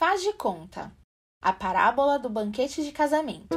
Faz de conta. A parábola do banquete de casamento.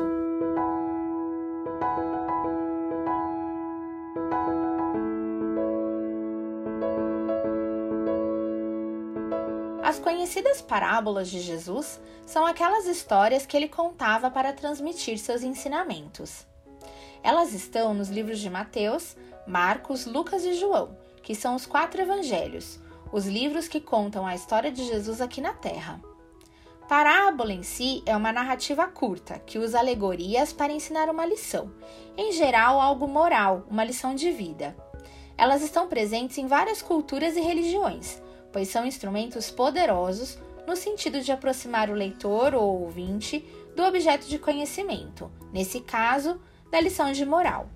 As conhecidas parábolas de Jesus são aquelas histórias que ele contava para transmitir seus ensinamentos. Elas estão nos livros de Mateus, Marcos, Lucas e João, que são os 4 evangelhos, os livros que contam a história de Jesus aqui na Terra. Parábola em si é uma narrativa curta, que usa alegorias para ensinar uma lição, em geral algo moral, uma lição de vida. Elas estão presentes em várias culturas e religiões, pois são instrumentos poderosos no sentido de aproximar o leitor ou ouvinte do objeto de conhecimento, nesse caso, da lição de moral.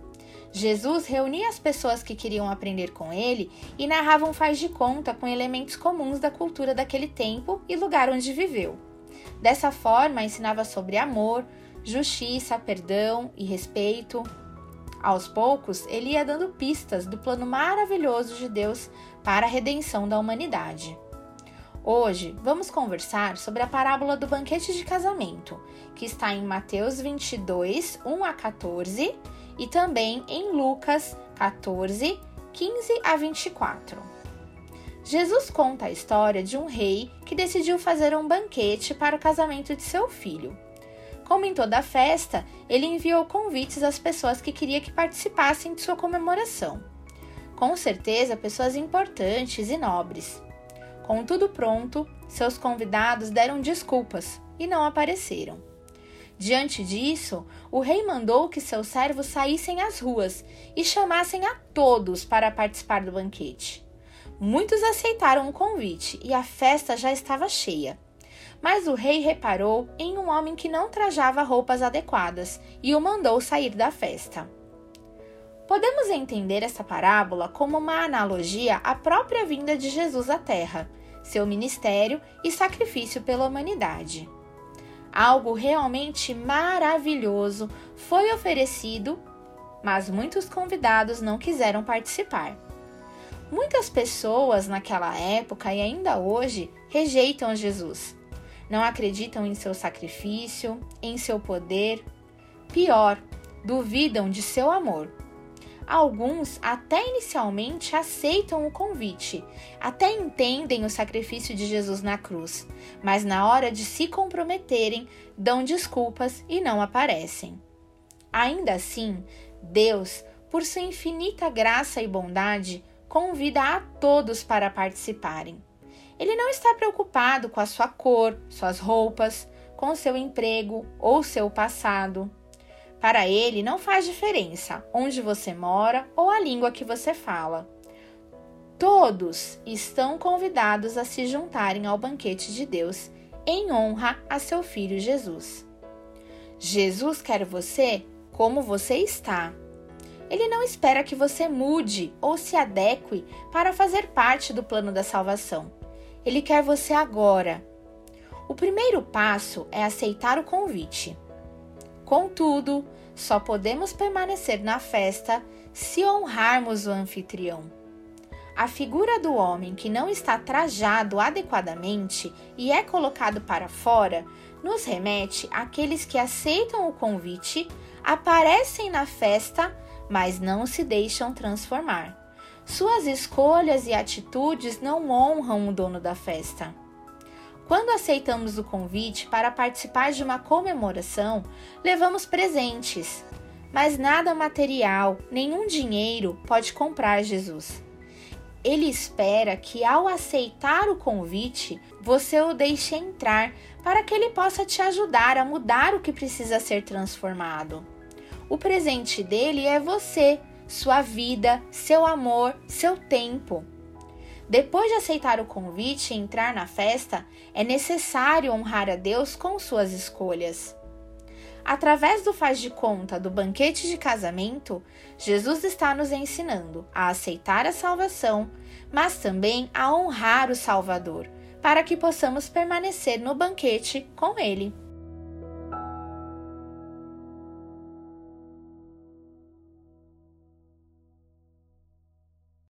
Jesus reunia as pessoas que queriam aprender com ele e narrava um faz de conta com elementos comuns da cultura daquele tempo e lugar onde viveu. Dessa forma, ensinava sobre amor, justiça, perdão e respeito. Aos poucos, ele ia dando pistas do plano maravilhoso de Deus para a redenção da humanidade. Hoje, vamos conversar sobre a parábola do banquete de casamento, que está em Mateus 22, 1 a 14 e também em Lucas 14, 15 a 24. Jesus conta a história de um rei que decidiu fazer um banquete para o casamento de seu filho. Como em toda festa, ele enviou convites às pessoas que queria que participassem de sua comemoração. Com certeza, pessoas importantes e nobres. Com tudo pronto, seus convidados deram desculpas e não apareceram. Diante disso, o rei mandou que seus servos saíssem às ruas e chamassem a todos para participar do banquete. Muitos aceitaram o convite e a festa já estava cheia. Mas o rei reparou em um homem que não trajava roupas adequadas e o mandou sair da festa. Podemos entender essa parábola como uma analogia à própria vinda de Jesus à Terra, seu ministério e sacrifício pela humanidade. Algo realmente maravilhoso foi oferecido, mas muitos convidados não quiseram participar. Muitas pessoas naquela época e ainda hoje rejeitam Jesus. Não acreditam em seu sacrifício, em seu poder. Pior, duvidam de seu amor. Alguns até inicialmente aceitam o convite, até entendem o sacrifício de Jesus na cruz, mas na hora de se comprometerem, dão desculpas e não aparecem. Ainda assim, Deus, por sua infinita graça e bondade, convida a todos para participarem. Ele não está preocupado com a sua cor, suas roupas, com seu emprego ou seu passado. Para ele, não faz diferença onde você mora ou a língua que você fala. Todos estão convidados a se juntarem ao banquete de Deus em honra a seu Filho Jesus. Jesus quer você como você está. Ele não espera que você mude ou se adeque para fazer parte do plano da salvação. Ele quer você agora. O primeiro passo é aceitar o convite. Contudo, só podemos permanecer na festa se honrarmos o anfitrião. A figura do homem que não está trajado adequadamente e é colocado para fora nos remete àqueles que aceitam o convite, aparecem na festa, mas não se deixam transformar. Suas escolhas e atitudes não honram o dono da festa. Quando aceitamos o convite para participar de uma comemoração, levamos presentes, mas nada material, nenhum dinheiro pode comprar Jesus. Ele espera que ao aceitar o convite, você o deixe entrar para que ele possa te ajudar a mudar o que precisa ser transformado. O presente dele é você, sua vida, seu amor, seu tempo. Depois de aceitar o convite e entrar na festa, é necessário honrar a Deus com suas escolhas. Através do faz de conta do banquete de casamento, Jesus está nos ensinando a aceitar a salvação, mas também a honrar o Salvador, para que possamos permanecer no banquete com Ele.